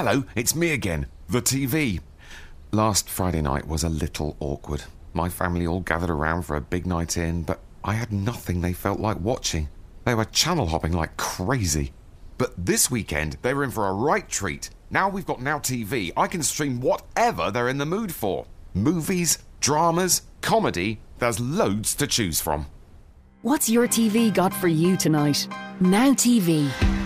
Hello, it's me again, the TV. Last Friday night was a little awkward. My family all gathered around for a big night in, but I had nothing they felt like watching. They were channel hopping like crazy. But this weekend, they were in for a right treat. Now we've got Now TV, I can stream whatever they're in the mood for. Movies, dramas, comedy, there's loads to choose from. What's your TV got for you tonight? Now TV.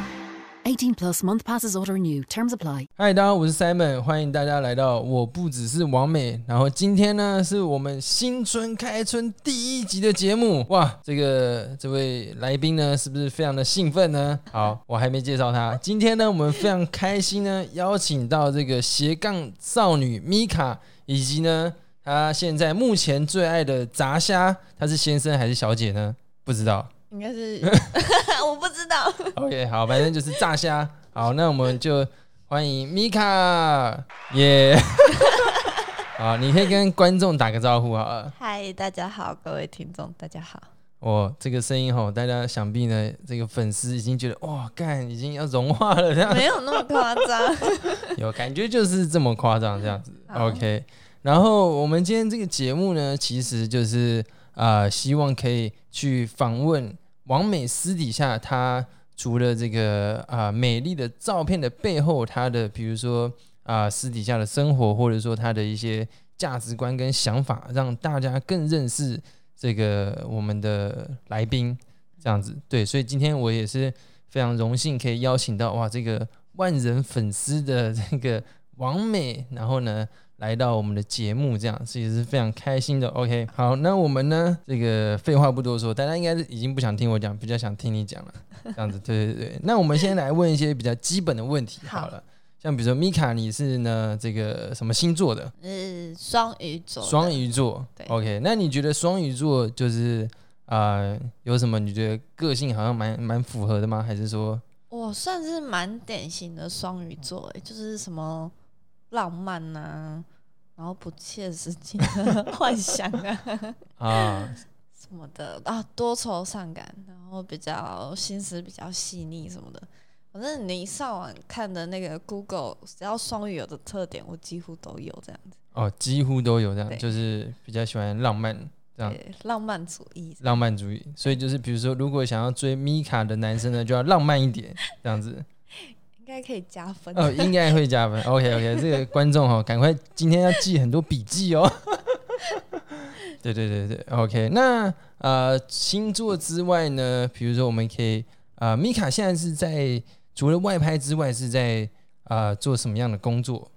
18 plus month passes auto renew. Terms apply. 嗨，大家好，我是 Simon， 欢迎大家来到我不只是王美。然后今天呢，是我们新春开春第1集的节目。哇，这位来宾呢，是不是非常的兴奋呢？好，我还没介绍他。今天呢，我们非常开心呢，邀请到这个斜杠少女米卡，以及呢，她现在目前最爱的炸虾，她是先生还是小姐呢？不知道。 应该是我不知道。 OK， 好，反正就是炸虾。好，那我们就欢迎米卡，耶！好，你可以跟观众打个招呼好了。 嗨，大家好，各位听众，大家好。 这个声音吼，大家想必呢，这个粉丝已经觉得哇，干，已经要融化了这样。 没有那么夸张， 有感觉就是这么夸张这样子。OK， 然后我们今天这个节目呢，其实就是希望可以去访问王美私底下她除了这个美丽的照片的背后，她的比如说私底下的生活，或者说她的一些价值观跟想法，让大家更认识这个我们的来宾这样子。对，所以今天我也是非常荣幸可以邀请到哇这个万人粉丝的这个王美，然后呢来到我们的节目，这样所以也是非常开心的。OK， 好，那我们呢，这个废话不多说，大家应该已经不想听我讲，比较想听你讲了，这样子，对对对。那我们先来问一些比较基本的问题好了，像比如说米卡，你是呢这个什么星座的？ 双鱼座。 双鱼座。OK， 那你觉得双鱼座就是有什么你觉得个性好像蛮符合的吗？还是说？ 我算是蛮典型的双鱼座，就是什么浪漫啊，然后不切实际的幻想什么的多愁善感，然后比较心思比较细腻什么的。反正你上网看的那个 Google， 只要双鱼有的特点，我几乎都有这样子。 几乎都有这样，就是比较喜欢浪漫这样。 浪漫主义。 浪漫主义，所以就是比如说，如果想要追米卡的男生呢，就要浪漫一点这样子。 应该可以加分应该会加分。OK， 这个观众赶快今天要记很多笔记哦。对对对对 ，OK。那星座之外呢，比如说我们可以米卡现在是在除了外拍之外，是在做什么样的工作？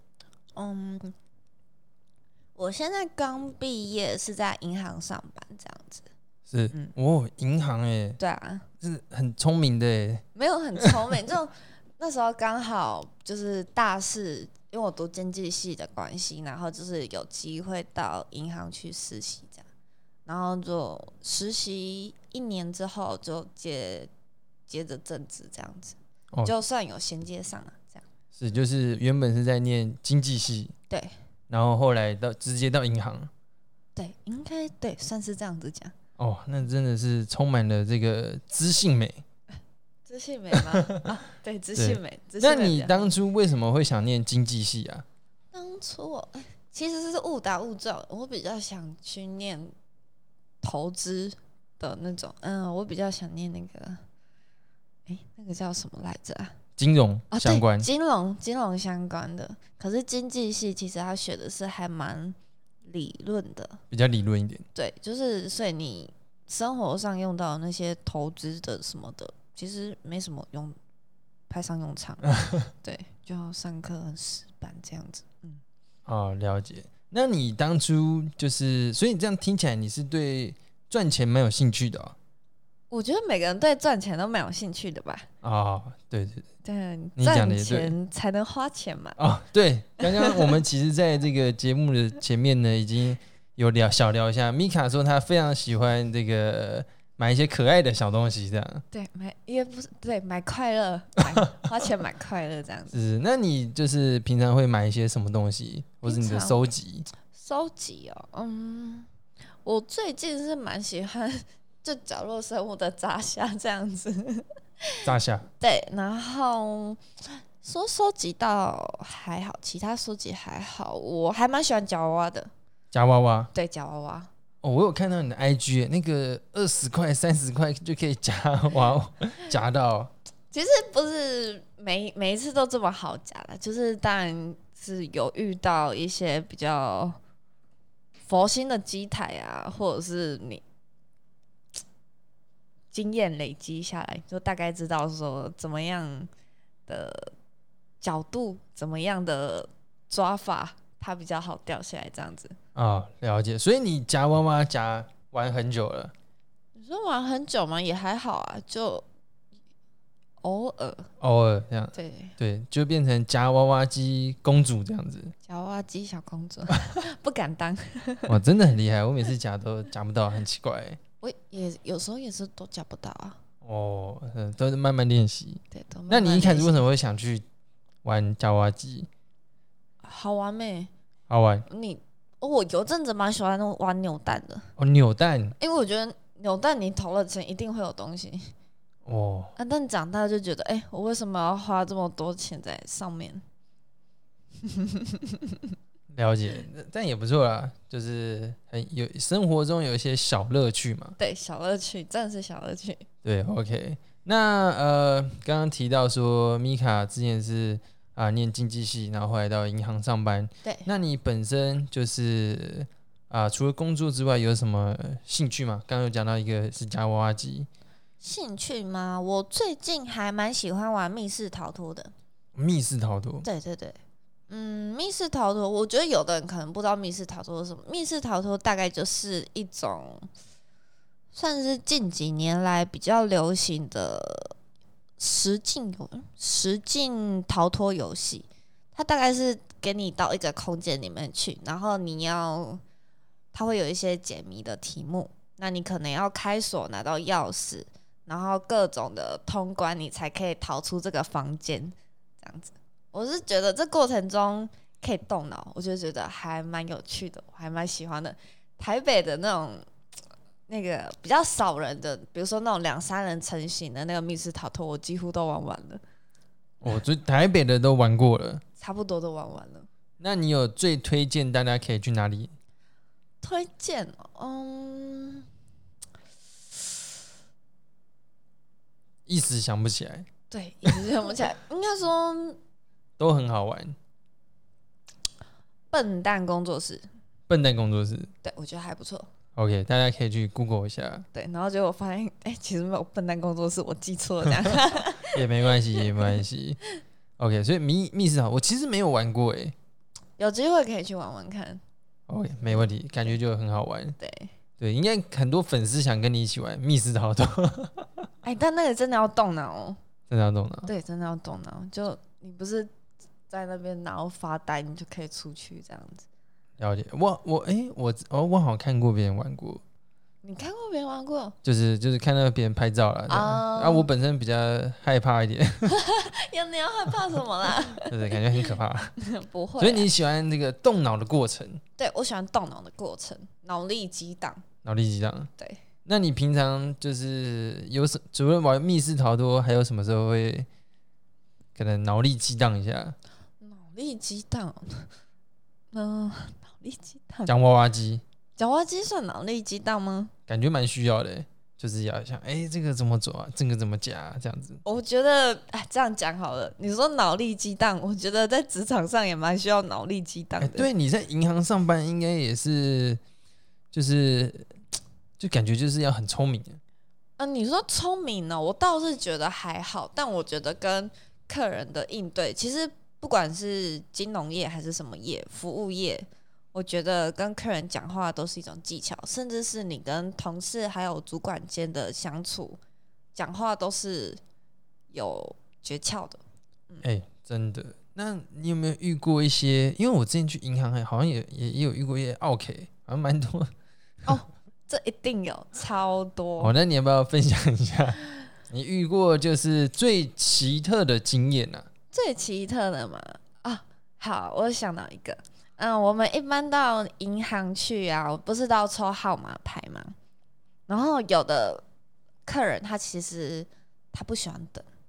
我现在刚毕业，是在银行上班这样子。 是银行耶。 对啊， 是很聪明的耶。 没有很聪明，就那时候刚好就是大四，因为我读经济系的关系，然后就是有机会到银行去实习这样，然后就实习1年之后就接着正职这样子，就算有衔接上了这样。 是，就是原本是在念经济系， 对， 然后后来直接到银行， 对，应该对，算是这样子讲。 那真的是充满了这个知性美。 知性美吗？对，知性美。 那你当初为什么会想念经济系啊？ 当初我其实是误打误撞，我比较想去念投资的那种，我比较想念那个，那个叫什么来着啊？ 金融相关， 金融相关的。可是经济系其实他学的是还蛮理论的， 比较理论一点。 对，就是所以你生活上用到的那些投资的什么的，其实没什么用，派上用场。对，就要上课很死板这样子。 了解。那你当初就是，所以你这样听起来，你是对赚钱蛮有兴趣的我觉得每个人对赚钱都蛮有兴趣的吧。 对对对， 你讲的也对， 赚钱才能花钱嘛。 对，刚刚我们其实在这个节目的前面呢，已经有小聊一下。米卡说她非常喜欢这个买一些可爱的小东西，这样。 对，也不是对，买快乐，花钱买快乐这样子。 是，那你就是平常会买一些什么东西，或是你的收集？ 收集我最近是蛮喜欢就角落生物的炸虾这样子。 炸虾。 对，然后说收集到还好，其他收集还好，我还蛮喜欢夹娃娃的。 夹娃娃？ 对，夹娃娃。 哦，我有看到你的 IG， 那个20块、30块就可以夹娃娃，夹到。 其实不是每一次都这么好夹的，就是当然是有遇到一些比较佛心的机台啊，或者是你经验累积下来，就大概知道说怎么样的角度，怎么样的抓法，它比较好掉下来这样子。 了解。所以你夹娃娃夹玩很久了？ 你说玩很久吗？也还好啊，就偶尔这样。对，就变成夹娃娃机公主这样子。 夹娃娃机小公主不敢当。 哇，真的很厉害，我每次夹都夹不到，很奇怪。 我也有时候也是都夹不到啊。 都是慢慢练习。 对，都慢慢那你一开始为什么会想去玩夹娃娃机？ 好玩没？ 好玩。 我有阵子蛮喜欢玩扭蛋的。 扭蛋。 因为我觉得扭蛋你投了钱一定会有东西。但长大就觉得，我为什么要花这么多钱在上面？ 了解，但也不错啦，就是生活中有一些小乐趣嘛。 对，小乐趣，真的是小乐趣。 对 ，OK。那刚刚提到说米卡之前是念经济系，然后后来到银行上班。 对， 那你本身就是除了工作之外有什么兴趣吗？刚刚有讲到一个是夹娃娃机。 兴趣吗？我最近还蛮喜欢玩密室逃脱的。 密室逃脱？ 对对对。密室逃脱，我觉得有的人可能不知道密室逃脱是什么。密室逃脱大概就是一种算是近几年来比较流行的实境逃脱游戏。它大概是给你到一个空间里面去，然后它会有一些解谜的题目，那你可能要开锁拿到钥匙，然后各种的通关，你才可以逃出这个房间，这样子。我是觉得这过程中可以动脑，我就觉得还蛮有趣的，我还蛮喜欢的。台北的那个比较少人的，比如说那种2-3人成型的那个密室逃脱，我几乎都玩完了。 所以台北的都玩过了， 差不多都玩完了。 那你有最推荐大家可以去哪里？ 推荐一时想不起来。 对，一时想不起来。应该说都很好玩。 笨蛋工作室。 对， 我觉得还不错。 OK， 大家可以去 Google 一下。 对，然后结果发现，其实没有笨蛋工作室，我记错了这样。 也没关系。OK， 所以密室逃脱我其实没有玩过有机会可以去玩玩看。 OK， 没问题，感觉就很好玩。 对， 应该很多粉丝想跟你一起玩密室逃脱。 但那个真的要动脑哦。 真的要动脑？ 对，真的要动脑。就你不是在那边然后发呆，你就可以出去这样子。 了解。我好像看过别人玩过。 你看过别人玩过？ 就是看到别人拍照啦。我本身比较害怕一点。 你要害怕什么啦？ 对，感觉很可怕。 不会。 所以你喜欢这个动脑的过程？ 对，我喜欢动脑的过程，脑力激荡。对。 那你平常就是除了玩密室逃脱，还有什么时候会可能脑力激荡一下？ 脑力激荡，脑力激荡。 夹娃娃机。 夹娃娃机算脑力激荡吗？ 感觉蛮需要的，就是要想，这个怎么走啊？这个怎么夹这样子？ 我觉得，这样讲好了。你说脑力激荡，我觉得在职场上也蛮需要脑力激荡的。 对，你在银行上班应该也是，就感觉就是要很聪明。 你说聪明呢，我倒是觉得还好，但我觉得跟客人的应对，其实不管是金融业还是什么业，服务业，我觉得跟客人讲话都是一种技巧，甚至是你跟同事还有主管间的相处，讲话都是有诀窍的。 真的。那你有没有遇过一些？因为我之前去银行好像也有遇过一些OK，好像蛮多。 这一定有超多。 那你要不要分享一下你遇过就是最奇特的经验啊？ 最奇特的嘛？好，我想到一个。我们一般到银行去啊，不是都要抽号码牌吗？然后有的客人他其实他不喜欢等，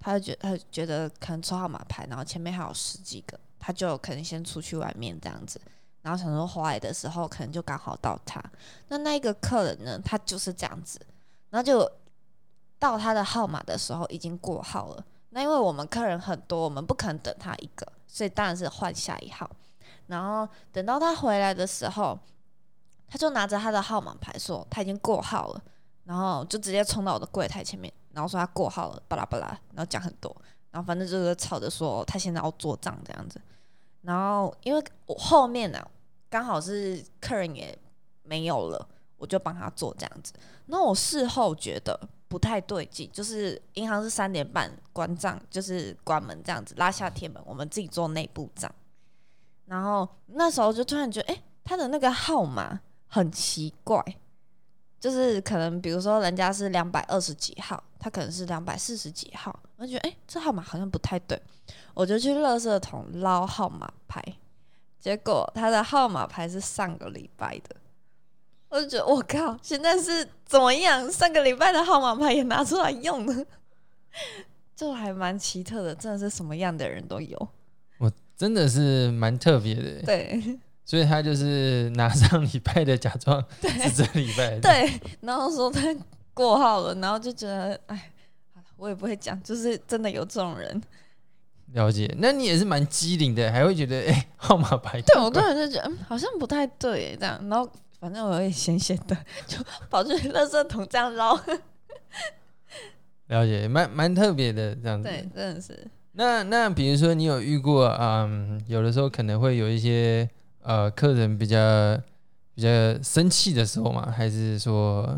他就觉得可能抽号码牌，然后前面还有10几个，他就可能先出去外面这样子，然后想说回来的时候可能就刚好到他。那一个客人呢，他就是这样子，然后就到他的号码的时候已经过号了。那因为我们客人很多，我们不可能等他一个，所以当然是换下一号。然后等到他回来的时候，他就拿着他的号码牌说他已经过号了，然后就直接冲到我的柜台前面，然后说他过号了，巴拉巴拉，然后讲很多，然后反正就是吵着说他现在要做账这样子。然后因为我后面呢刚好是客人也没有了，我就帮他做这样子。那我事后觉得不太对劲，就是银行是3点半关账，就是关门这样子，拉下铁门，我们自己做内部账。然后那时候就突然觉得，他的那个号码很奇怪，就是可能比如说人家是220几号，他可能是240几号，我就觉得这号码好像不太对，我就去垃圾桶捞号码牌，结果他的号码牌是上个礼拜的。我就觉得我靠，现在是怎么样？上个礼拜的号码牌也拿出来用了，就还蛮奇特的，真的是什么样的人都有。 我真的是蛮特别的， 对， 所以他就是拿上礼拜的，假装是这礼拜的， 对，然后说他过号了，然后就觉得，我也不会讲，就是真的有这种人。 了解，那你也是蛮机灵的，还会觉得号码牌对我突然就觉得，好像不太对这样，然后反正我也闲闲的，就跑去垃圾桶这样捞。 了解，蛮特别的这样子。 对，真的是。 那比如说你有遇过，有的时候可能会有一些客人比较生气的时候吗？还是说，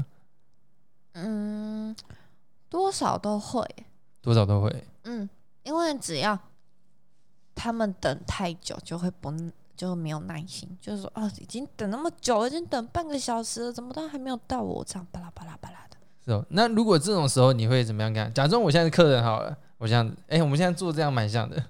多少都会， 多少都会。 因为只要他们等太久，就没有耐心，就是说已经等那么久了，已经等半个小时了，怎么都还没有到我，这样巴拉巴拉巴拉的。 是哦，那如果这种时候你会怎么样干？假装我现在是客人好了，我这样子，我们现在做这样蛮像的。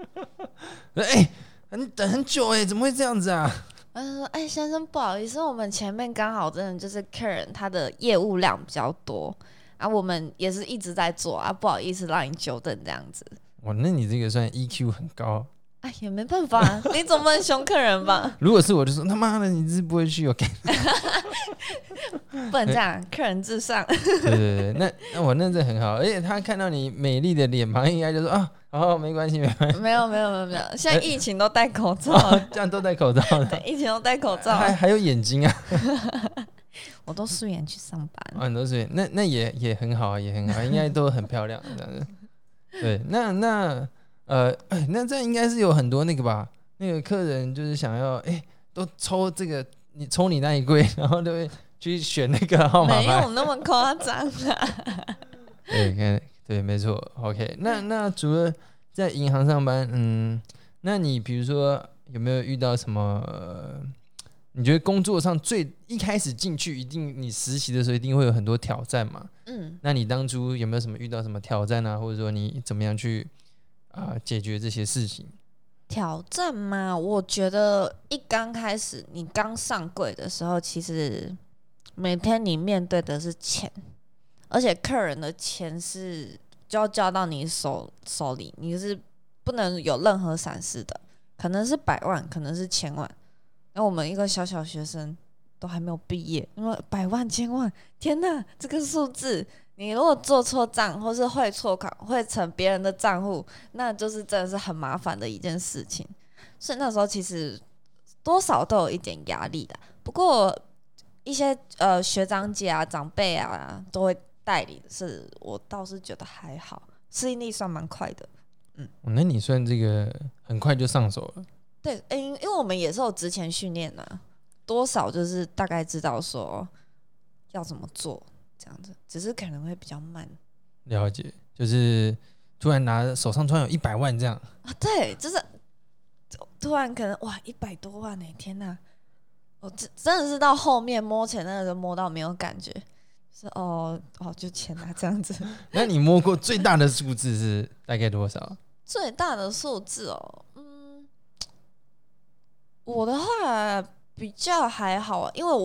你等很久怎么会这样子啊？ 我就说先生不好意思，我们前面刚好真的就是客人他的业务量比较多啊，我们也是一直在做啊，不好意思让你久等这样子。 哇，那你这个算 EQ 很高。 也没办法你总不能凶客人吧？ 如果是我就说他妈的，你是不会去OK？ 不能这样，客人至上。 对，那我那这很好，而且他看到你美丽的脸庞，应该就说没关系。 没有，现在疫情都戴口罩， 这样都戴口罩的。 对，疫情都戴口罩， 还有眼睛啊。 我都素颜去上班。 你都素颜，那也很好啊，也很好，应该都很漂亮这样子。对，那这应该是有很多那个吧，那个客人就是想要都抽这个，你抽你那一柜，然后都会去选那个号码牌， 没有那么夸张啦。 对，没错。OK， 那除了在银行上班，那你比如说有没有遇到什么？你觉得工作上一开始进去，一定你实习的时候一定会有很多挑战嘛？那你当初有没有什么遇到什么挑战啊？或者说你怎么样去解决这些事情？ 挑战嘛，我觉得刚开始你刚上柜的时候，其实每天你面对的是钱，而且客人的钱就要交到你手里，你是不能有任何闪失的，可能是100万，可能是1000万。那我们一个小学生都还没有毕业，因为100万、1000万，天哪，这个数字！你如果做错账或是汇错款，汇成别人的账户，那就是真的是很麻烦的一件事情。所以那时候其实多少都有一点压力的。不过一些学长姐啊、长辈啊都会带领，我倒是觉得还好，适应力算蛮快的。 那你算这个很快就上手了。 对，因为我们也是有之前训练啊，多少就是大概知道说要怎么做。这样子，只是可能会比较慢。 了解，就是突然手上突然有100万这样对，就是突然可能100多万天哪！我真的是到后面摸钱那个摸到没有感觉，是就钱这样子。 那你摸过最大的数字是大概多少？ 最大的数字我的话比较还好，因为我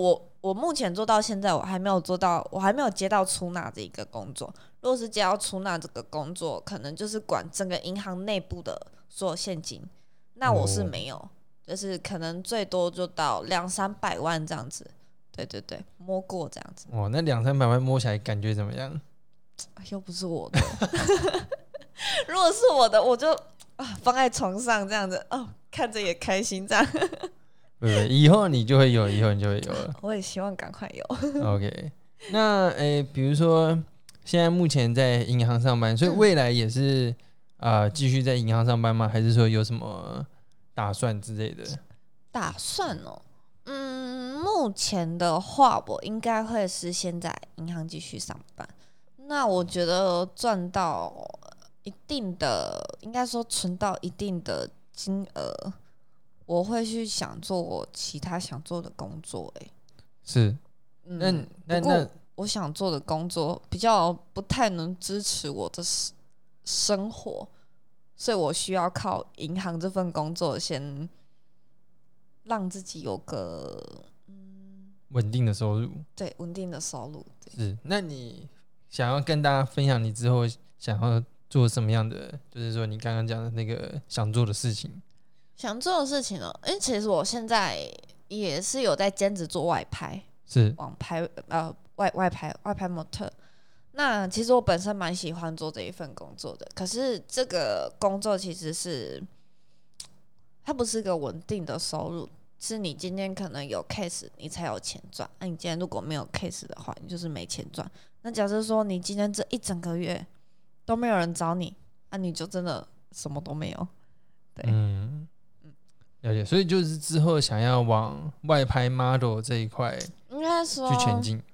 我目前做到现在，我还没有接到出纳这一个工作。如果是接到出纳这个工作，可能就是管整个银行内部的所有现金，那我是没有，就是可能最多就到200-300万这样子。对对对，摸过这样子。 哇，那200-300万摸起来感觉怎么样？ 又不是我的。如果是我的，我就放在床上这样子，看着也开心这样。 对，以后你就会有，以后你就会有了。 我也希望赶快有。 OK， 那比如说现在目前在银行上班，所以未来也是继续在银行上班吗？还是说有什么打算之类的？ 打算哦，目前的话，我应该会是先在银行继续上班。那我觉得赚到一定的，应该说存到一定的金额，我会去想做我其他想做的工作。 是， 不过我想做的工作比较不太能支持我的生活，所以我需要靠银行这份工作先让自己有个稳定的收入。 对，稳定的收入。 是，那你想要跟大家分享你之后想要做什么样的，就是说你刚刚讲的那个想做的事情？ 想做的事情呢？因为其实我现在也是有在兼职做外拍， 是网拍外拍模特。那其实我本身蛮喜欢做这一份工作的，可是这个工作其实是它不是个稳定的收入，是你今天可能有 case 你才有钱赚，那你今天如果没有 case 的话，你就是没钱赚。那假设说你今天这一整个月都没有人找你，那你就真的什么都没有。对， 了解。所以就是之后想要往外拍 model 这一块应该说去前进。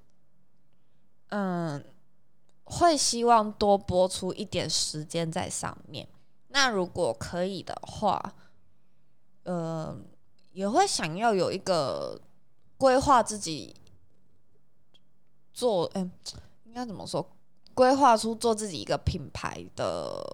会希望多播出一点时间在上面。那如果可以的话，也会想要有一个规划自己做，应该怎么说？规划出做自己一个品牌的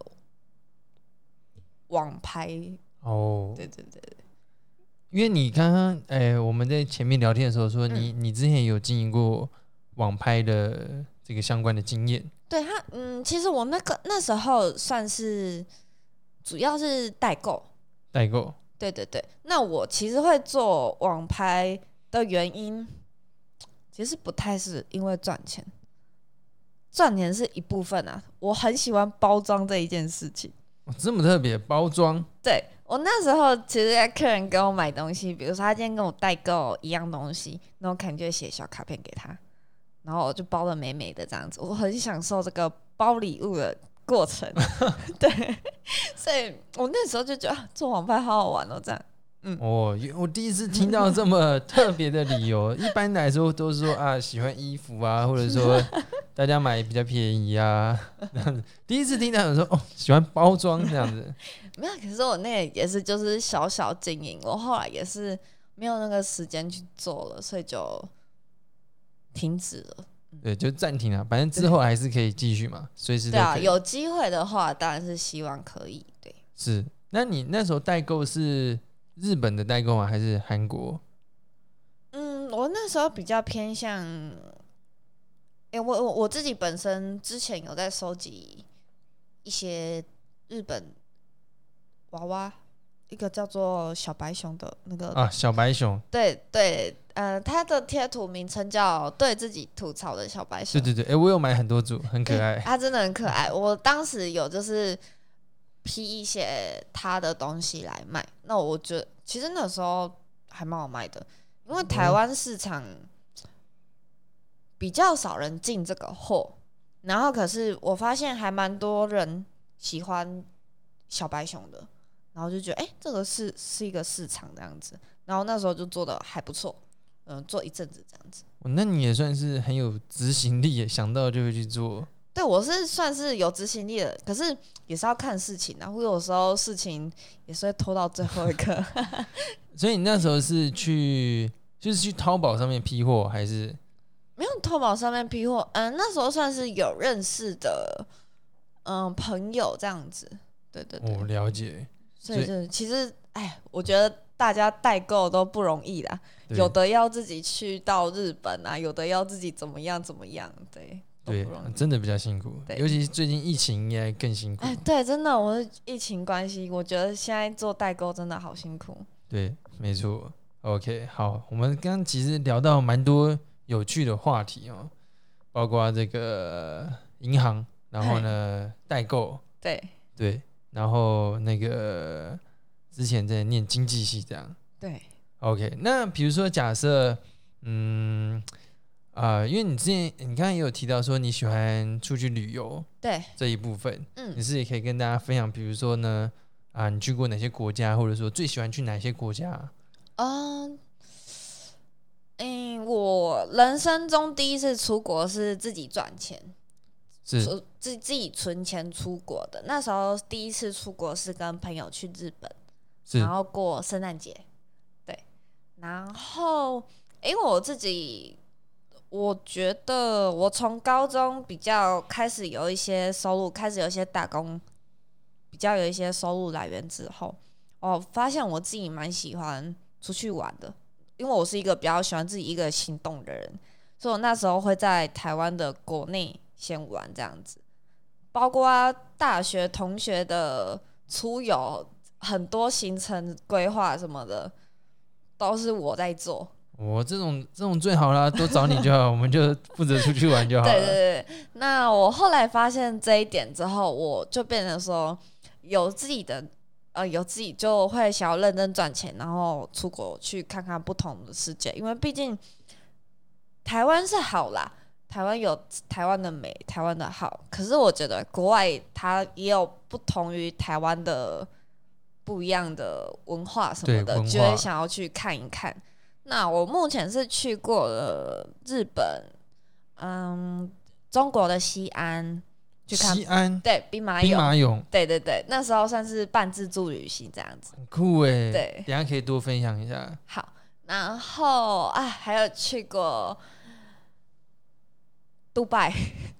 网拍。对对对对。 因为你刚刚我们在前面聊天的时候说你之前有经营过网拍的这个相关的经验。 对他，其实我那时候算是主要是代购。对对对。那我其实会做网拍的原因，其实不太是因为赚钱，赚钱是一部分啊。我很喜欢包装这一件事情。 这么特别，包装？ 对，我那时候其实客人跟我买东西，比如说他今天跟我代购一样东西，那我可能就会写小卡片给他，然后我就包得美美的这样子。我很享受这个包礼物的过程。对，所以我那时候就觉得做网拍好好玩哦，这样。 我第一次听到这么特别的理由。一般来说都是说喜欢衣服啊，或者说大家买比较便宜啊，这样子。第一次听到有人说喜欢包装这样子。 没有，可是我那个也是就是小小经营，我后来也是没有那个时间去做了，所以就停止了。 对，就暂停了，反正之后还是可以继续嘛，随时都可以。 对啊，有机会的话当然是希望可以。对， 是。那你那时候代购是日本的代购吗？还是韩国？ 我那时候比较偏向，我自己本身之前有在收集一些日本娃娃，一个叫做小白熊的那个小白熊。 对对，它的贴图名称叫对自己吐槽的小白熊。 对对对，我有买很多组，很可爱。 它真的很可爱。我当时有就是批一些他的东西来卖，那我觉得其实那时候还蛮好卖的，因为台湾市场比较少人进这个货，然后可是我发现还蛮多人喜欢小白熊的，然后就觉得这个是一个市场这样子，然后那时候就做的还不错，做一阵子这样子。 那你也算是很有执行力耶，想到就会去做。 对，我是算是有执行力的，可是也是要看事情啊，我有时候事情也是会拖到最后一刻。 所以你那时候是去淘宝上面批货，还是没有淘宝上面批货？那时候算是有认识的朋友这样子。对对对， 我了解。 所以就其实我觉得大家代购都不容易啦，有的要自己去到日本啊，有的要自己怎么样怎么样，对。 对，真的比较辛苦，尤其是最近疫情应该更辛苦。 对，真的，我是疫情关系，我觉得现在做代购真的好辛苦。 对，没错。OK， 好，我们刚刚其实聊到蛮多有趣的话题哦，包括这个银行，然后呢代购，对，然后那个之前在念经济系这样。 对。 OK， 那比如说假设，因为你之前你刚才也有提到说你喜欢出去旅游， 对这一部分，你是也可以跟大家分享，比如说呢，你去过哪些国家，或者说最喜欢去哪些国家？ 我人生中第一次出国是自己赚钱， 是自己存钱出国的。那时候第一次出国是跟朋友去日本，然后过圣诞节，对，然后因为我自己。我觉得我从高中比较开始有一些收入，开始有一些打工，比较有一些收入来源之后，我发现我自己蛮喜欢出去玩的，因为我是一个比较喜欢自己一个人行动的人，所以我那时候会在台湾的国内先玩这样子，包括大学同学的出游，很多行程规划什么的都是我在做。 这种最好啦，多找你就好，我们就负责出去玩就好了。 对，那我后来发现这一点之后，我就变成说有自己就会想要认真赚钱，然后出国去看看不同的世界，因为毕竟台湾是好啦，台湾有台湾的美，台湾的好，可是我觉得国外它也有不同于台湾的不一样的文化什么的，就会想要去看一看。那我目前是去过了日本，中国的西安，去看西安， 对，兵马俑，对，那时候算是半自助旅行这样子， 很酷哎。 对， 等一下可以多分享一下。 好，然后还有去过杜拜，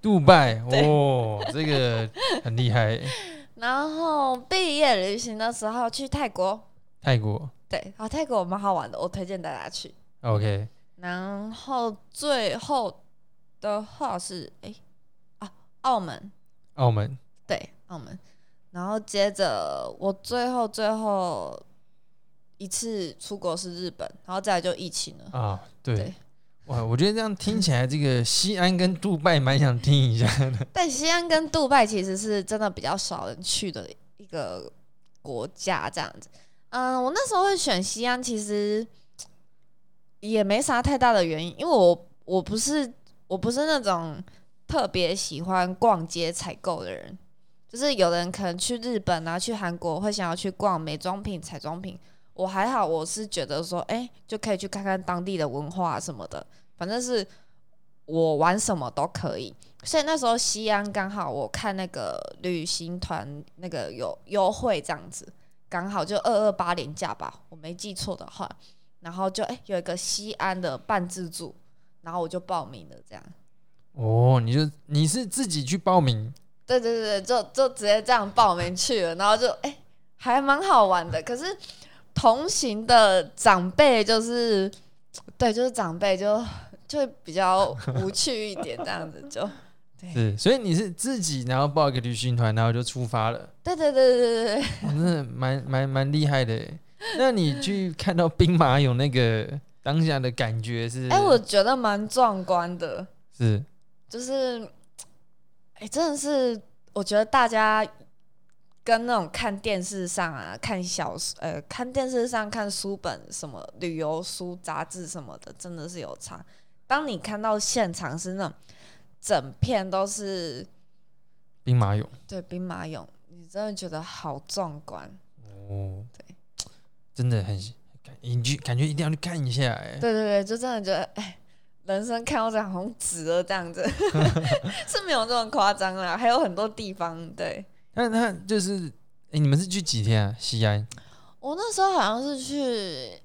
这个很厉害。 然后毕业旅行的时候去泰国。对，泰国蛮好玩的，我推荐大家去。 OK， 然后最后的话是澳门，对，澳门。然后接着我最后一次出国是日本，然后再来就疫情了啊。对，哇，我觉得这样听起来，这个西安跟杜拜蛮想听一下的。 对，西安跟杜拜其实是真的比较少人去的一个国家，这样子。我那时候会选西安，其实也没啥太大的原因，因为我不是那种特别喜欢逛街采购的人，就是有人可能去日本啊、去韩国会想要去逛美妆品、彩妆品，我还好，我是觉得说，就可以去看看当地的文化什么的，反正是我玩什么都可以。所以那时候西安刚好我看那个旅行团那个有优惠这样子。刚好就228连假吧，我没记错的话，然后就有一个西安的半自助，然后我就报名了这样。 你是自己去报名？ 对，就直接这样报名去了，然后就还蛮好玩的。可是同行的长辈就是长辈就比较无趣一点这样子就。 是，所以你是自己然后报一个旅行团，然后就出发了。 对， 真的蛮厉害的。那你去看到兵马俑那个当下的感觉是？ 我觉得蛮壮观的。 是， 就是真的是，我觉得大家跟那种看电视上啊、看电视上看书本什么旅游书、杂志什么的，真的是有差。当你看到现场是那种。整片都是兵马俑， 对，兵马俑，你真的觉得好壮观对，真的很感觉一定要去看一下对，就真的觉得人生看到这样好像值了这样子是没有这么夸张啦，还有很多地方。对， 那就是你们是去几天啊？西安？ 我那时候好像是去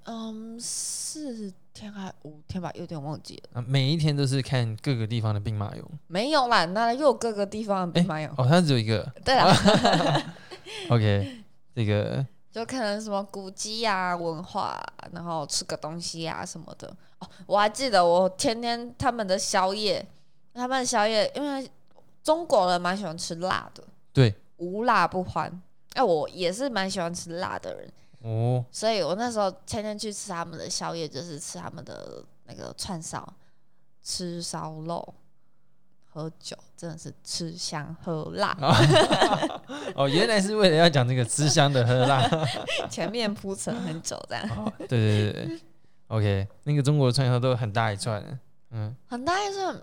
4天还5天吧，有点忘记了。 每一天都是看各个地方的兵马俑？ 没有啦，那又有各个地方的兵马俑。 它只有一个。 对啦 OK， 这个就可能什么古迹啊、文化啊，然后吃个东西啊什么的。哦，我还记得我天天他们的宵夜，因为中国人蛮喜欢吃辣的， 对， 无辣不欢。我也是蛮喜欢吃辣的人哦，所以我那时候天天去吃他们的宵夜，就是吃他们的那个串烧、吃烧肉、喝酒，真的是吃香喝辣。 哦，原来是为了要讲这个吃香的喝辣， 前面铺陈很久这样。 哦，对对对对 ，OK， 那个中国的串烧都很大一串， 很大一串，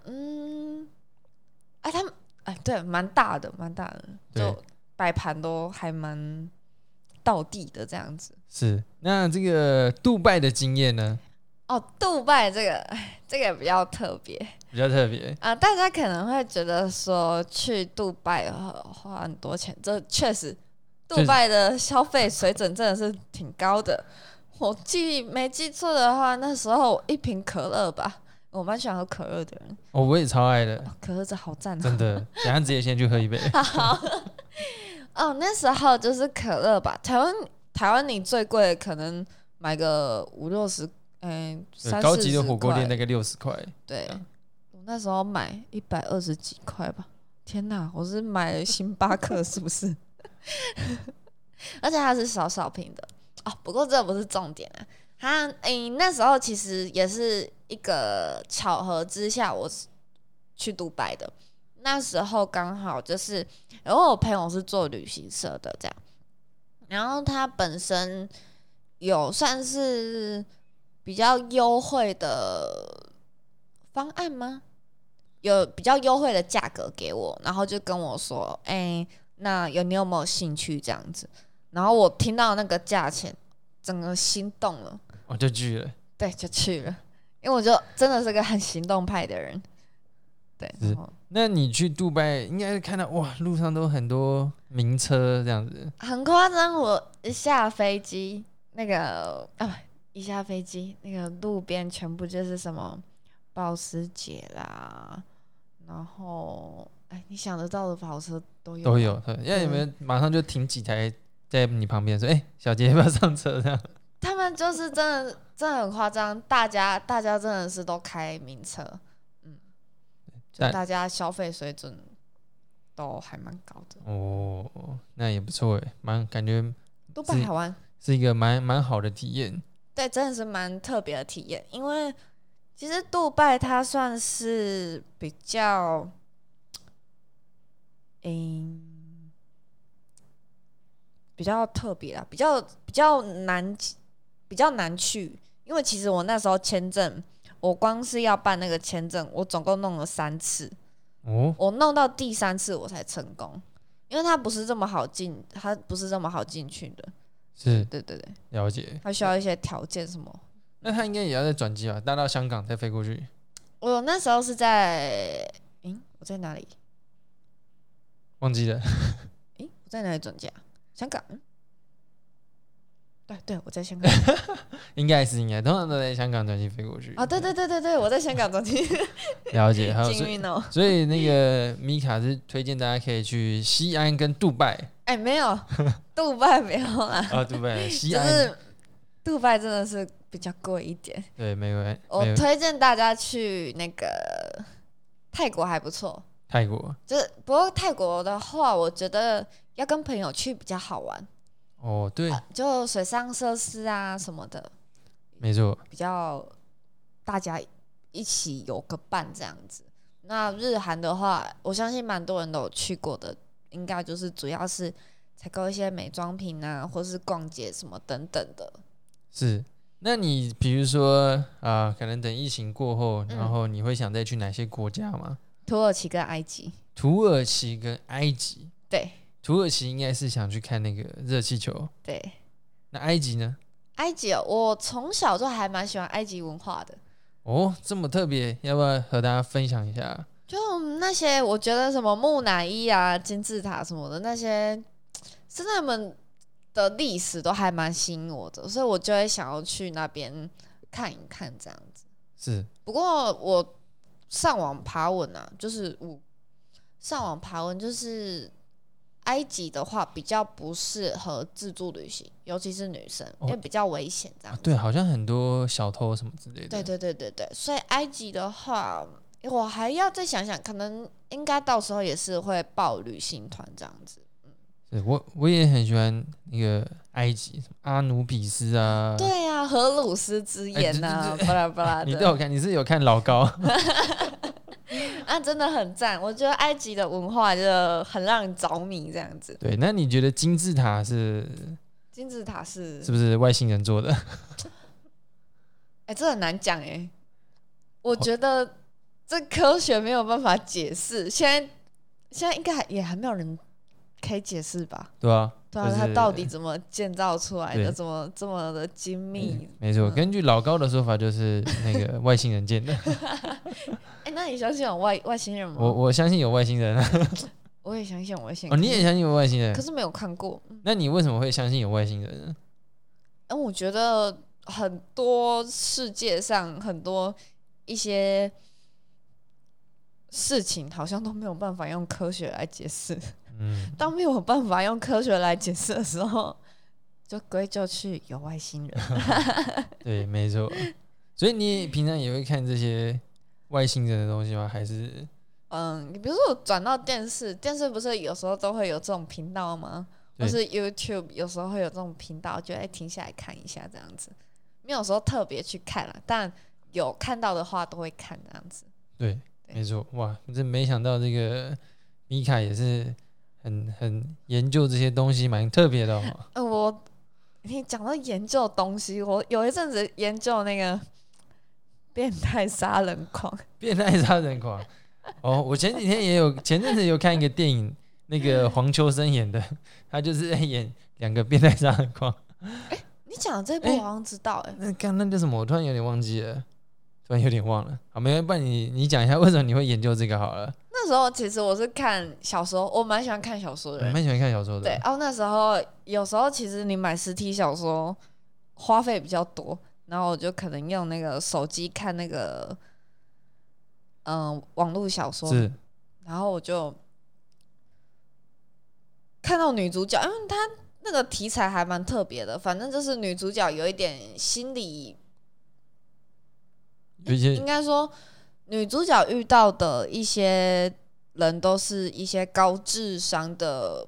他们对，蛮大的，就摆盘都还蛮道地的这样子。 是，那这个杜拜的经验呢？ 哦，杜拜这个比较特别，大家可能会觉得说去杜拜花很多钱，这确实，杜拜的消费水准真的是挺高的。我没记错的话，那时候一瓶可乐吧，我蛮喜欢喝可乐的人。 哦，我也超爱的， 可乐这好赞真的。等一下直接先去喝一杯。 好。哦，那时候就是可乐吧，台湾你最贵可能买个50-60， 高级的火锅店大概60块。 对，我那时候买120几块吧。天哪，我是买了星巴克是不是？而且它是少瓶的哦。不过这不是重点啊。那时候其实也是一个巧合之下，我去杜拜的。那时候刚好就是因为我朋友是做旅行社的这样，然后他本身有算是比较优惠的方案吗？有比较优惠的价格给我，然后就跟我说，那你有没有兴趣这样子？然后我听到那个价钱，整个心动了， 我就去了。 对，就去了，因为我就真的是个很行动派的人。对， 那你去杜拜应该是看到哇，路上都很多名车这样子， 很夸张。我一下飞机，那个路边全部就是什么保时捷啦，然后你想得到的跑车都有。 因为你们马上就停几台在你旁边说，小姐要不要上车这样？ 他们就是真的很夸张，大家真的是都开名车。就大家消费水准都还蛮高的哦，那也不错感觉杜拜好玩， 是一个蛮好的体验。 对，真的是蛮特别的体验，因为其实杜拜它算是比较，比较特别啦，比较难去，因为其实我那时候签证。我光是要办那个签证，我总共弄了3次，我弄到第3次我才成功，因为它不是这么好进去的。 是， 对， 了解。 它需要一些条件什么。 那它应该也要再转机吧，搭到香港再飞过去。 我那时候是在，我在哪里？ 忘记了。 我在哪里转机啊？香港。对，我在香港。 应该，通常都在香港转机飞过去。 对，我在香港转机。 了解， 幸运哦。 所以那个米卡是推荐大家可以去西安跟杜拜。 没有，杜拜没有啦。 杜拜，西安。 就是杜拜真的是比较贵一点。 对，没有。 我推荐大家去那个泰国还不错。 泰国不过泰国的话，我觉得要跟朋友去比较好玩。 对， 就水上设施啊什么的， 没错， 比较大家一起有个伴这样子。那日韩的话，我相信蛮多人都有去过的，应该就是主要是采购一些美妆品啊，或是逛街什么等等的。 是，那你比如说可能等疫情过后，然后你会想再去哪些国家吗？ 土耳其跟埃及。对。 土耳其应该是想去看那个热气球。 对。 那埃及呢？ 埃及我从小就还蛮喜欢埃及文化的。 这么特别，要不要和大家分享一下？ 就那些我觉得什么木乃伊啊、金字塔什么的那些，是他们的历史都还蛮吸引我的，所以我就会想要去那边看一看这样子。 是。 不过我上网爬文啊，就是埃及的话比较不适合自助旅行，尤其是女生，因为比较危险这样子。 对，好像很多小偷什么之类的。 对对对对对，所以埃及的话，我还要再想想，可能应该到时候也是会报旅行团这样子。 我也很喜欢那个埃及，阿努比斯啊， 对啊，荷鲁斯之眼啊，巴拉巴拉的。 你都有看？你是有看老高？ 啊，真的很赞！我觉得埃及的文化就很让人着迷，这样子。 对，那你觉得金字塔是是不是外星人做的？ 这很难讲哎。我觉得这科学没有办法解释，现在应该也还没有人可以解释吧？ 对啊， 对啊，它到底怎么建造出来的？怎么这么的精密？ 没错，根据老高的说法，就是那个外星人建的。 那你相信有外星人吗？ 我相信有外星人。 我也相信有外星人。 你也相信有外星人？ 可是没有看过。 那你为什么会相信有外星人呢？ 我觉得很多世界上很多一些事情好像都没有办法用科学来解释。当没有办法用科学来解释的时候，就归咎去有外星人。 对，没错。所以你平常也会看这些外星人的东西吗？还是你比如说我转到电视不是有时候都会有这种频道吗？或是 YouTube 有时候会有这种频道，就停下来看一下这样子。没有时候特别去看啦，但有看到的话都会看这样子。 对，没错。哇，真没想到这个米卡也是很研究这些东西，蛮特别的哦。 你讲到研究东西，我有一阵子研究那个变态杀人狂。变态杀人狂哦，我前阵子有看一个电影，那个黄秋生演的，他就是在演2个变态杀人狂。 你讲的这部我好像知道那叫什么？我突然有点忘记了，突然有点忘了。好，没关系，不然你讲一下为什么你会研究这个好了。 那时候其实我是看小说，我蛮喜欢看小说的人， 蛮喜欢看小说的。 对，那时候有时候其实你买实体小说花费比较多，然后我就可能用那个手机看那个网络小说， 是， 然后我就看到女主角，因为她那个题材还蛮特别的，反正就是女主角有一点心理，应该说女主角遇到的一些人都是一些高智商的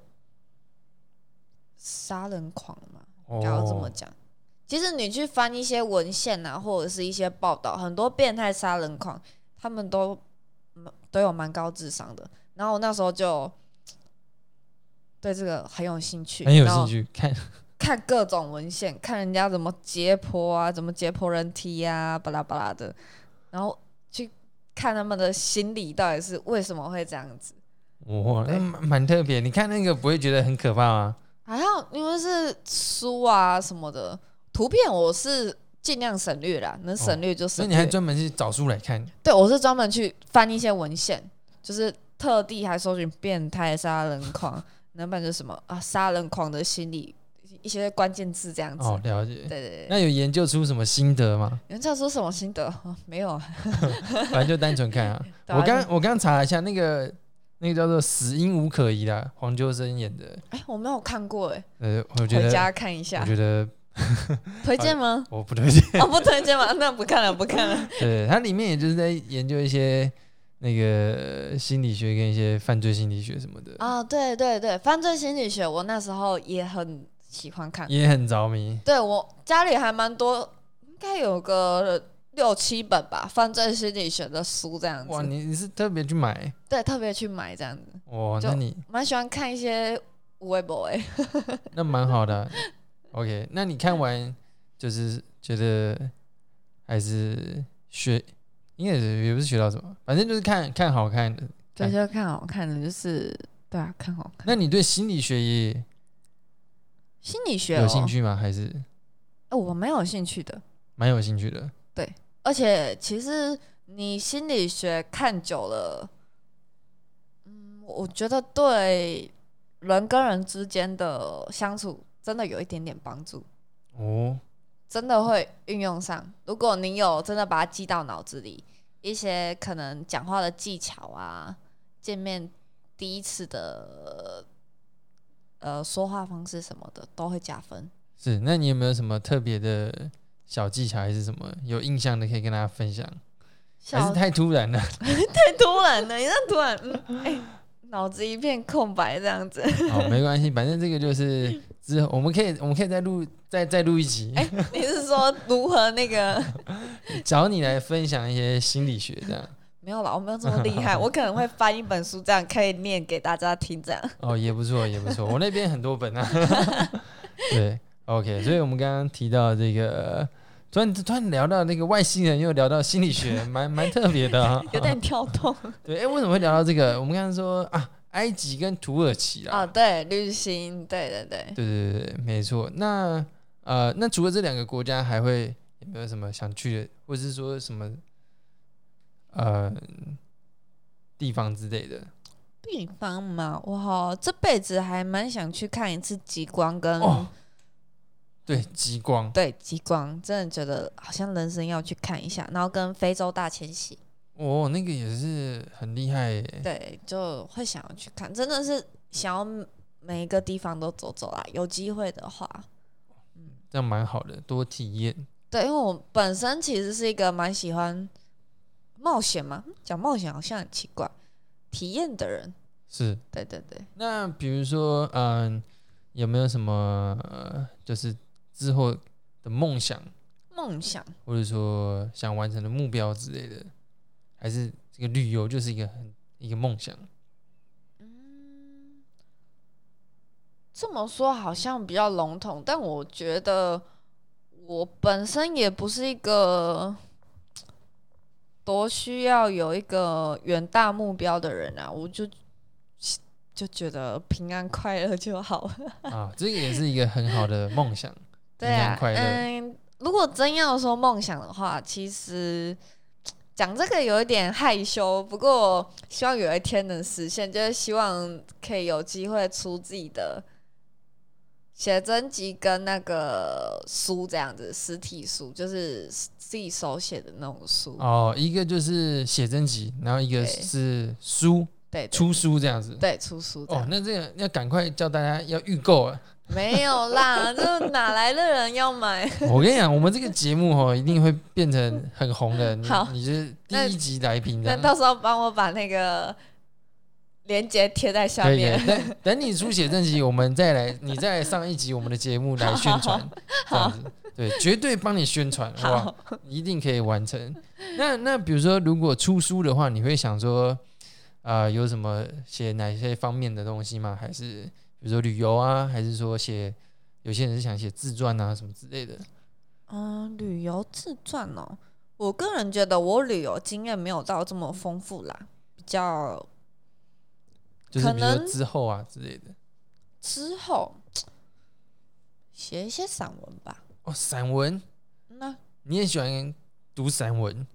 杀人狂嘛，要这么讲。其实你去翻一些文献啊，或者是一些报道，很多变态杀人狂他们都有蛮高智商的。然后我那时候就对这个很有兴趣，看各种文献，看人家怎么解剖啊，怎么解剖人体啊，巴拉巴拉的，然后去看他们的心理到底是为什么会这样子。 哇，那蛮特别。你看那个不会觉得很可怕吗？ 还好，因为是书啊什么的，图片我是尽量省略啦，能省略就省略。 所以你还专门去找书来看？ 对，我是专门去翻一些文献，就是特地还搜寻变态杀人狂，那不然就是什么杀人狂的心理一些关键字这样子。 了解。 对对对。 那有研究出什么心得吗？ 研究出什么心得？没有， 反正就单纯看啊。我刚查了一下，那个叫做《死因无可疑》啦，黄秋生演的。 我没有看过我觉得回家看一下。 我觉得推荐吗？ 我不推荐。 不推荐吗？那不看了，不看了。 对，它里面也就是在研究一些那个心理学跟一些犯罪心理学什么的。 对对对，犯罪心理学我那时候也很喜欢看， 也很着迷。 对，我家里还蛮多，应该有个6-7本吧，犯罪心理学的书这样子。 哇，你是特别去买？ 对，特别去买这样子。 哇，那你蛮喜欢看一些微博那蛮好的。OK， 那你看完就是觉得还是应该也不是学到什么，反正就是看好看的。 对，就看好看的，就是对啊，看好看。 那你对心理学有兴趣吗？还是？ 我蛮有兴趣的。 蛮有兴趣的。 对，而且其实你心理学看久了，我觉得对人跟人之间的相处真的有一点点帮助。真的会运用上。如果你有真的把它记到脑子里，一些可能讲话的技巧啊，见面第一次的说话方式什么的都会加分。 是，那你有没有什么特别的小技巧，还是什么有印象的可以跟大家分享？还是太突然了？ 太突然了，你这突然，脑子一片空白这样子。 好，没关系，反正这个就是之后我们可以再录一集。 你是说如何那个找你来分享一些心理学这样？ 没有啦，我没有这么厉害，我可能会翻一本书，这样可以念给大家听，这样。 哦，也不错，也不错。我那边很多本啊。对 ，OK， 所以我们刚刚提到这个，突然聊到那个外星人，又聊到心理学，蛮特别的啊， 有点跳动。 对，为什么会聊到这个？我们刚刚说啊，埃及跟土耳其啦。 对，旅行，对， 没错。那除了这2个国家，还会有没有什么想去的，或者是说什么地方之类的？ 地方嘛，我这辈子还蛮想去看一次极光跟对，极光， 对，极光，真的觉得好像人生要去看一下，然后跟非洲大迁徙， 那个也是很厉害耶。 对，就会想要去看，真的是想要每一个地方都走走啦，有机会的话， 这样蛮好的，多体验。 对，因为我本身其实是一个蛮喜欢冒险嘛，讲冒险好像很奇怪，体验的人， 是， 对。 那比如说，有没有什么就是之后的梦想，或者说想完成的目标之类的，还是这个旅游就是一个梦想？ 这么说好像比较笼统，但我觉得我本身也不是一个多需要有一个远大目标的人啊，我就觉得平安快乐就好了。 这个也是一个很好的梦想。 对啊， 平安快乐。 如果真要说梦想的话，其实讲这个有一点害羞，不过希望有一天能实现，就是希望可以有机会出自己的写真集跟那个书这样子，实体书就是自己手写的那种书。 一个就是写真集，然后一个是书， 对， 出书这样子。 对，出书这样。 那这个要赶快叫大家要预购啊！ 没有啦，这哪来的人要买？ 我跟你讲，我们这个节目一定会变成很红的。 好， 你是第一集来宾的。 那到时候帮我把那个连结贴在下面。 等你出写真集，你再来上一集我们的节目来宣传，这样子。对，绝对帮你宣传，好不好？一定可以完成。那比如说，如果出书的话，你会想说，有什么写哪些方面的东西吗？还是比如说旅游啊，还是说有些人是想写自传啊什么之类的？ 旅游自传哦，我个人觉得我旅游经验没有到这么丰富啦，比较就是比如说之后啊之类的。 之后写一些散文吧。 散文？ 那你也喜欢读散文？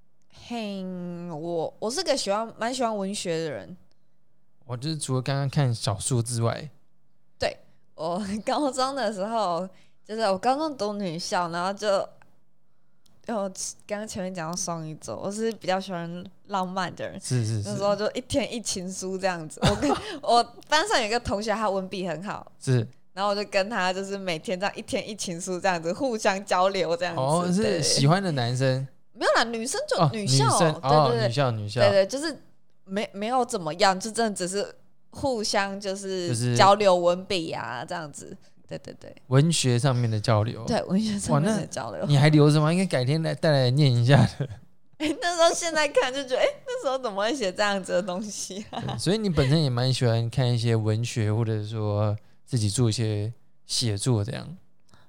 我是个蛮喜欢文学的人。 我就是除了刚刚看小说之外， 对，我高中的时候，就是我高中读女校，然后就刚刚前面讲到双鱼座，我是比较喜欢浪漫的人， 是那时候就一天一情书这样子。我班上有一个同学，他文笔很好， 是， 然后我就跟他就是每天这样一天一情书这样子互相交流这样子。 是喜欢的男生？ 没有啦，女生就女校， 对，女校， 对，就是没有怎么样，就真的只是互相就是交流文笔啊这样子。对， 文学上面的交流， 对，文学上面的交流。 你还留着吗？应该改天带来念一下的。 那时候现在看就觉得，那时候怎么会写这样子的东西啊？ 所以你本身也蛮喜欢看一些文学，或者说自己做一些写作这样。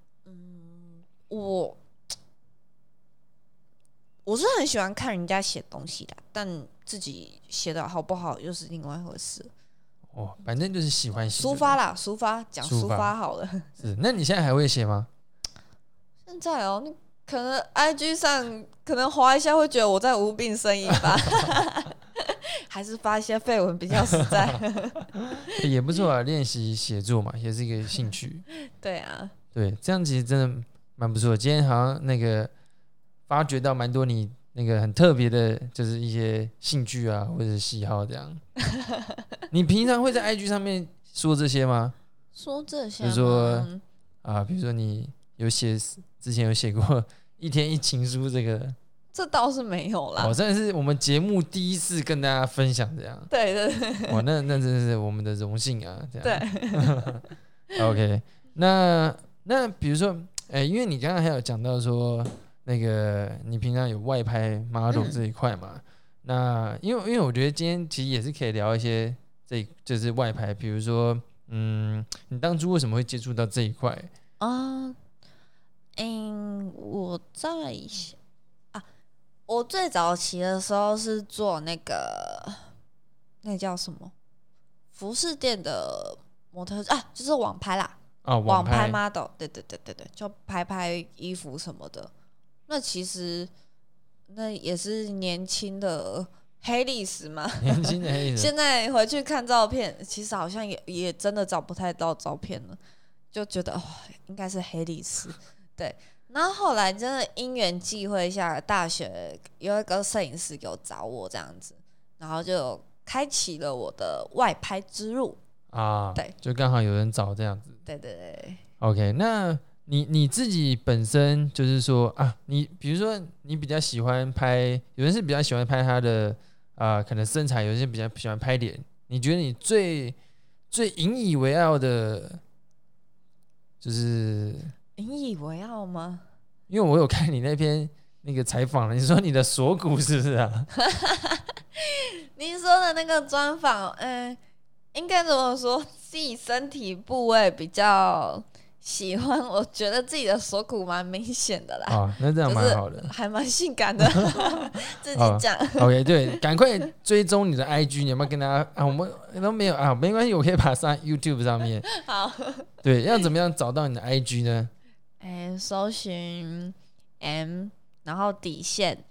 我是很喜欢看人家写东西的，但自己写的好不好又是另外一回事。 反正就是喜欢写。 抒发啦，抒发好了。 是，那你现在还会写吗？ 现在你可能 IG 上可能滑一下会觉得我在无病呻吟吧，还是发一些废文比较实在。 也不错啊，练习写作嘛，也是一个兴趣。 对啊， 对，这样其实真的蛮不错。今天好像那个发掘到蛮多你那个很特别的，就是一些兴趣啊或者喜好这样。你平常会在 IG 上面说这些吗？ 说这些， 比如说比如说你之前有写过一天一情书这倒是没有啦。 真的是我们节目第一次跟大家分享这样。 对对对， 哇，那真的是我们的荣幸啊！这样对 ，OK， 那比如说，因为你刚刚还有讲到说，那个你平常有外拍 model 这一块嘛？那因为我觉得今天其实也是可以聊一些就是外拍，比如说，你当初为什么会接触到这一块？ 我最早期的时候是做那叫什么服饰店的模特就是网拍啦。网拍 model， 对，就拍衣服什么的。那其实那也是年轻的黑历史嘛。 年轻的黑历史。 现在回去看照片，其实好像也真的找不太到照片了，就觉得应该是黑历史。对，然后后来真的因缘际会下，大学有一个摄影师有找我这样子，然后就开启了我的外拍之路。对， 就刚好有人找这样子。 对。 OK， 那你自己本身就是说你比如说你比较喜欢拍，有人是比较喜欢拍他的可能身材，有些比较喜欢拍脸。你觉得你最引以为傲的，就是引以为傲吗？ 因为我有看你那篇那个采访，你说你的锁骨是不是啊？ 您说的那个专访，应该怎么说？自己身体部位比较喜欢，我觉得自己的锁骨蛮明显的啦。 那这样蛮好的， 就是、还蛮性感的，自己讲。 OK， 对，赶快追踪你的 IG， 你有没有跟大家我们都没有没关系，我可以把它上 YouTube 上面。 好， 对，要怎么样找到你的 IG 呢？ 搜寻 M， 然后底线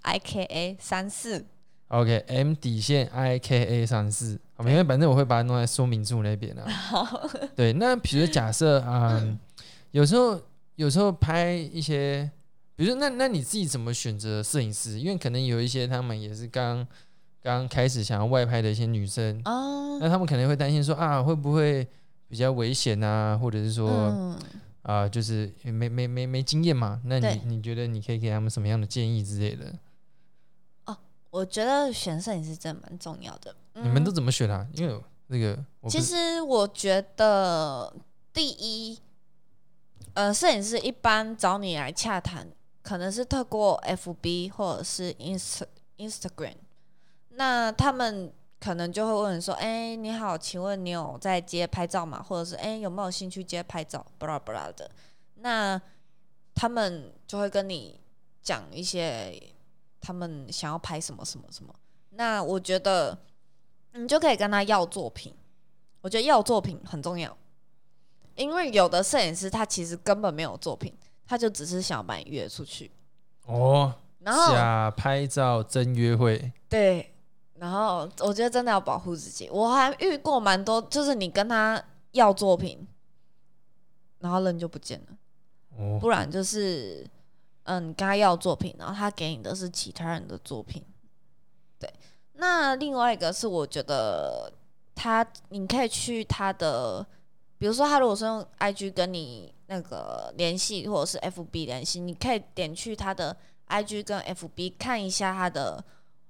IKA34。OK， M 底线 IKA34，没关系，反正我会把它弄在说明处那边好， 对，那比如假设有时候拍一些，比如说那你自己怎么选择摄影师？因为可能有一些他们也是刚开始想要外拍的一些女生，那他们可能会担心说会不会比较危险啊，或者是说就是没经验嘛？那你觉得你可以给他们什么样的建议之类的？ 我觉得选摄影师真的蛮重要的。 你们都怎么选啊？因为那个， 其实我觉得第一，摄影师一般找你来洽谈，可能是透过 FB 或者是 Instagram， 那他们可能就会问说：“你好，请问你有在接拍照吗？或者是有没有兴趣接拍照？巴拉巴拉的。”那他们就会跟你讲一些他们想要拍什么什么什么。那我觉得你就可以跟他要作品。我觉得要作品很重要，因为有的摄影师他其实根本没有作品，他就只是想要把你约出去。然后假拍照真约会。 对，然后我觉得真的要保护自己。我还遇过蛮多，就是你跟他要作品，然后人就不见了。不然就是你跟他要作品，然后他给你的是其他人的作品。对，那另外一个是我觉得你可以去他的，比如说他如果是用 IG 跟你那个联系，或者是 FB 联系，你可以点去他的 IG 跟 FB 看一下他的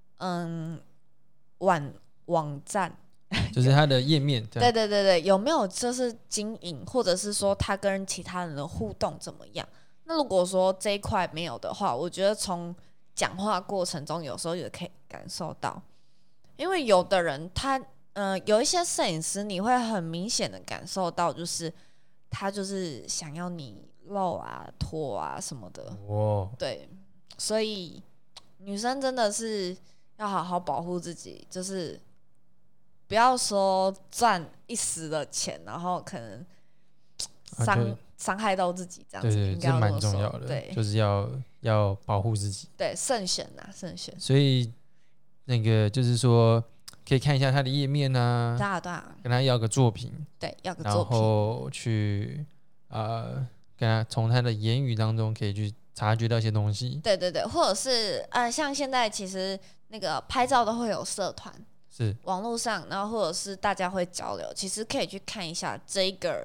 网站， 就是他的页面。 对，有没有就是经营，或者是说他跟其他人的互动怎么样？那如果说这一块没有的话，我觉得从讲话过程中有时候也可以感受到，因为有的人他有一些摄影师你会很明显的感受到，就是他就是想要你露啊脱啊什么的。对，所以女生真的是要好好保护自己，就是不要说赚一时的钱，然后可能伤害到自己这样子。 对，这蛮重要的。 对， 就是要保护自己。 对，慎选。 所以那个就是说，可以看一下他的页面啊， 对啊， 跟他要个作品， 对，要个作品， 然后去跟他从他的言语当中可以去察觉到一些东西。 对，或者是像现在其实那个拍照都会有社团， 是网络上，然后或者是大家会交流，其实可以去看一下这个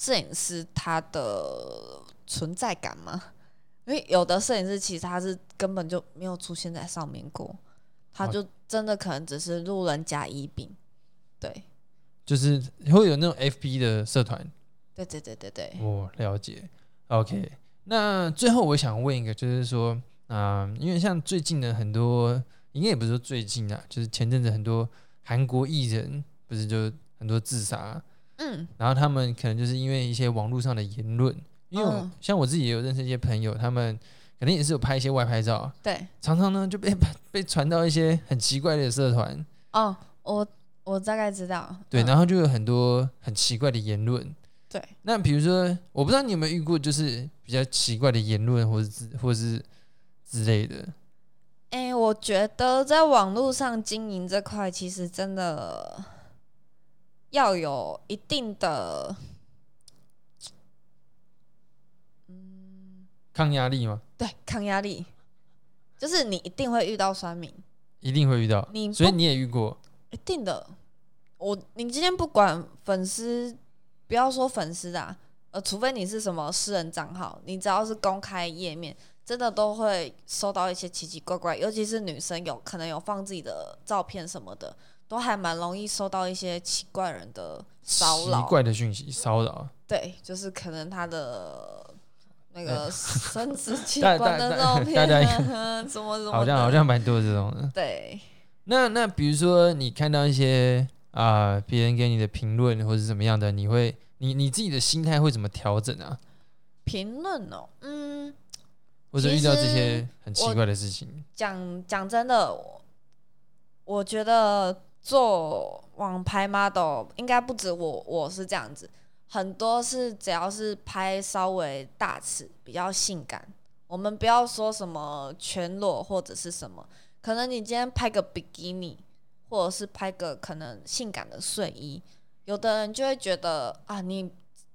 摄影师他的存在感吗？因为有的摄影师其实他是根本就没有出现在上面过，他就真的可能只是路人甲乙丙。对， 就是会有那种 FB 的社团。 对对对对对， 我了解。OK，那最后我想问一个，就是说因为像最近的很多，应该也不是说最近啊，就是前阵子很多韩国艺人不是就很多自杀，然后他们可能就是因为一些网络上的言论，因为像我自己也有认识一些朋友，他们可能也是有拍一些外拍照， 对， 常常呢就被传到一些很奇怪的社团。 哦，我大概知道， 对，然后就有很多很奇怪的言论。 对， 那比如说，我不知道你有没有遇过，就是比较奇怪的言论，或是之类的。 我觉得在网络上经营这块，其实真的要有一定的抗压力吗？ 对，抗压力，就是你一定会遇到酸民， 一定会遇到，所以你也遇过， 一定的。你今天不管粉丝，不要说粉丝啊，除非你是什么私人账号，你只要是公开页面，真的都会收到一些奇奇怪怪，尤其是女生可能有放自己的照片什么的，都还蛮容易收到一些奇怪人的骚扰、 奇怪的讯息骚扰。 对，就是可能他的那个生殖器官的照片什么什么的， 好像蛮多这种的。 对， 那比如说你看到一些别人给你的评论或者怎么样的，你自己的心态会怎么调整啊？ 评论哦， 或者遇到这些很奇怪的事情， 讲真的，我觉得做网拍 model 应该不止我是这样子，很多是只要是拍稍微大尺比较性感，我们不要说什么全裸或者是什么，可能你今天拍个比基尼，或者是拍个可能性感的睡衣，有的人就会觉得你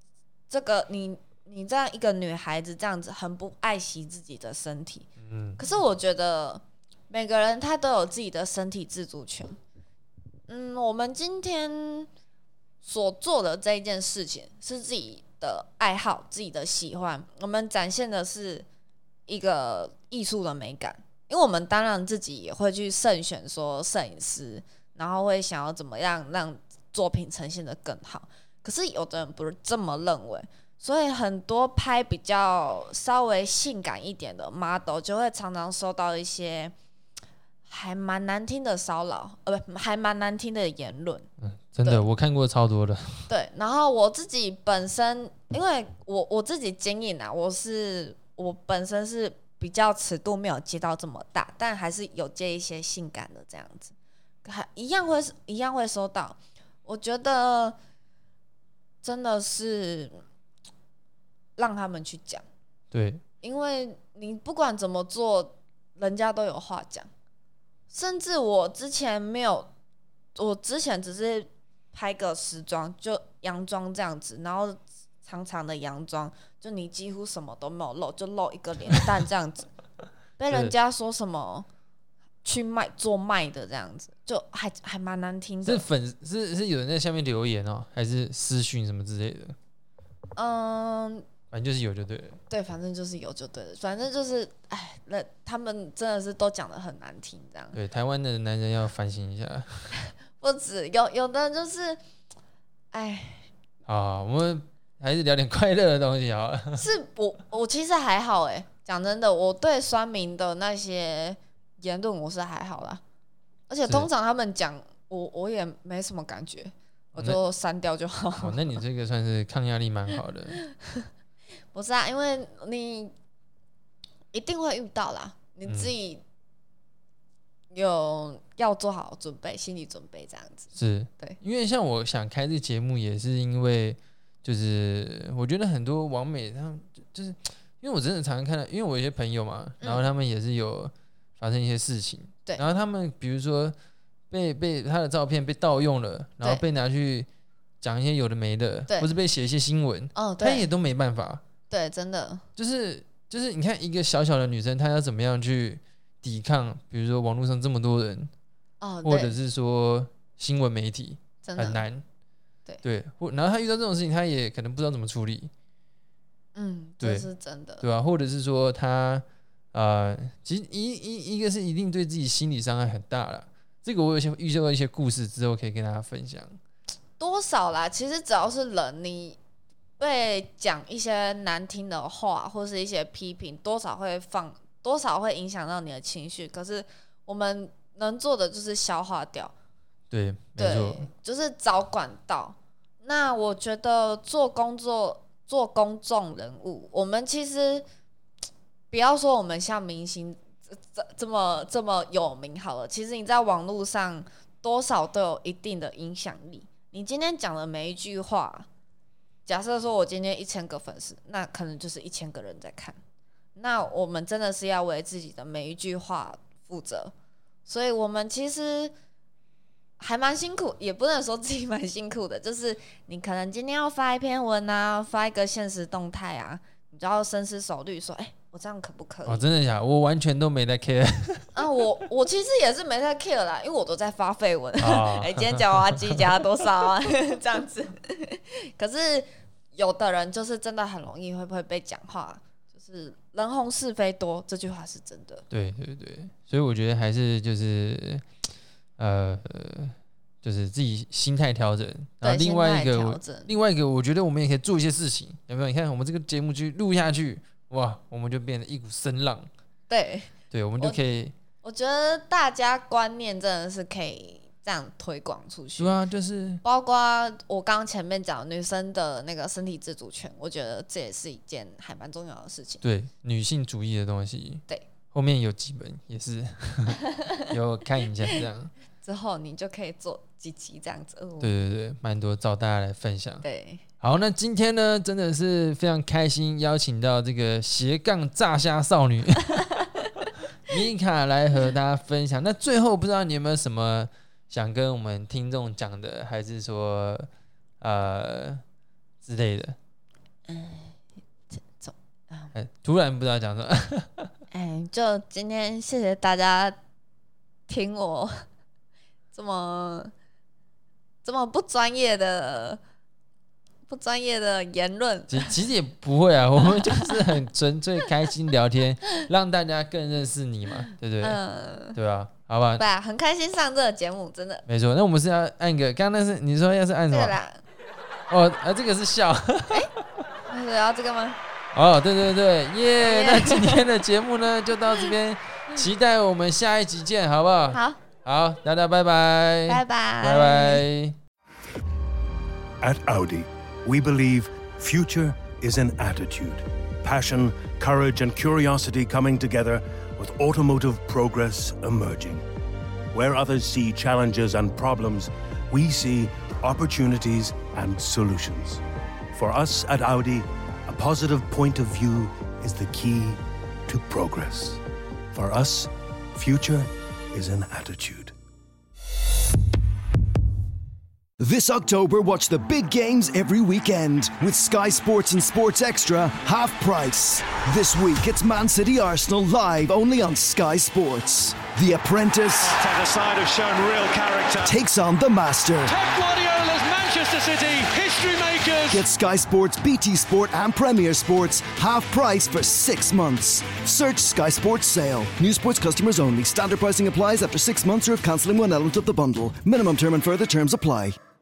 这样一个女孩子这样子很不爱惜自己的身体，可是我觉得每个人他都有自己的身体自主权。我们今天所做的这一件事情是自己的爱好、自己的喜欢，我们展现的是一个艺术的美感。因为我们当然自己也会去慎选说摄影师，然后会想要怎么样让作品呈现得更好。可是有的人不是这么认为，所以很多拍比较稍微性感一点的 model 就会常常收到一些还蛮难听的骚扰，还蛮难听的言论。 真的，我看过超多的。 对，然后我自己本身，因为我自己经营啊，我本身是比较尺度没有接到这么大，但还是有接一些性感的这样子，一样会收到。我觉得真的是让他们去讲， 对， 因为你不管怎么做，人家都有话讲。甚至我之前只是拍个时装，就洋装这样子，然后长长的洋装，就你几乎什么都没有露，就露一个脸蛋这样子，被人家说什么去做卖的这样子，就还蛮难听的。 是有人在下面留言哦，还是私讯什么之类的？反正就是有就对了。 对，反正就是有就对了。反正就是，那他们真的是都讲得很难听，这样。 对，台湾的男人要反省一下。 不止有的人就是， 好，我们还是聊点快乐的东西好了。 是我其实还好讲真的，我对酸民的那些言论我是还好啦，而且通常他们讲我也没什么感觉，我就删掉就好。 那你这个算是抗压力蛮好的。 不是啊，因为你一定会遇到啦，你自己要做好准备，心理准备这样子。 是， 对， 因为像我想开这个节目，也是因为就是我觉得很多网美他们就是因为我真的常常看到，因为我有些朋友嘛，然后他们也是有发生一些事情， 对， 然后他们比如说被他的照片被盗用了，然后被拿去讲一些有的没的，或是被写一些新闻，他也都没办法。 对，真的就是你看一个小小的女生，她要怎么样去抵抗？比如说网络上这么多人，或者是说新闻媒体，很难。 对，然后他遇到这种事情，他也可能不知道怎么处理。 这是真的， 对吧？或者是说他其实一个是一定对自己心理伤害很大了。这个我有遇到一些故事之后可以跟大家分享。 多少啦，其实只要是人，你被讲一些难听的话或是一些批评，多少会影响到你的情绪。可是我们能做的就是消化掉。 对，没错， 就是找管道。那我觉得做公众人物，我们其实不要说我们像明星这么有名好了，其实你在网络上多少都有一定的影响力。你今天讲的每一句话，假设说我今天1000个粉丝，那可能就是1000个人在看。那我们真的是要为自己的每一句话负责，所以我们其实还蛮辛苦，也不能说自己蛮辛苦的，就是你可能今天要发一篇文啊，发一个限时动态啊，你就要深思熟虑说，我这样可不可以？ 真的假的？我完全都没在 care。 我其实也是没在 care 啦，因为我都在发废文。今天讲娃鸡加多少啊？这样子。可是有的人就是真的很容易会被讲话，就是人红是非多，这句话是真的。 对，所以我觉得还是就是就是自己心态调整，然后另外一个，我觉得我们也可以做一些事情，有没有？你看我们这个节目去录下去，哇，我们就变得一股声浪。对，我们就可以。 我觉得大家观念真的是可以这样推广出去。 对啊，就是包括我刚刚前面讲女生的那个身体自主权，我觉得这也是一件还蛮重要的事情。 对，女性主义的东西。 对， 后面有几本也是有看一下这样。 之后你就可以做几集这样子。 对，蛮多找大家来分享。 对， 好，那今天呢，真的是非常开心，邀请到这个斜杠炸虾少女米卡来和大家分享。那最后不知道你有没有什么想跟我们听众讲的，还是说之类的？突然不知道讲什么。 就今天谢谢大家听我这么不专业的言论。 其实也不会啊，我们就是很纯粹开心聊天，让大家更认识你嘛，对不对？对吧？好吧。 对啊，很开心上这个节目，真的。 没错，那我们是要按个，刚刚那是你说要是按什么？ 这个啦。 这个是笑。 要这个吗？ 对，耶！那今天的节目呢，就到这边，期待我们下一集见，好不好？好，大家拜拜， 拜拜。 At Audi, we believe future is an attitude. Passion, courage, and curiosity coming together with automotive progress emerging. Where others see challenges and problems, we see opportunities and solutions. For us at Audi, a positive point of view is the key to progress. For us, future is an attitude. This October, watch the big games every weekend with Sky Sports and Sports Extra half price. This week, it's Man City Arsenal live only on Sky Sports. The Apprentice side have shown real character. Takes on The Master. Pep Guardiola's Manchester City, history makers. Get Sky Sports, BT Sport and Premier Sports half price for 6 months. Search Sky Sports Sale. New sports customers only. Standard pricing applies after 6 months or if cancelling one element of the bundle. Minimum term and further terms apply.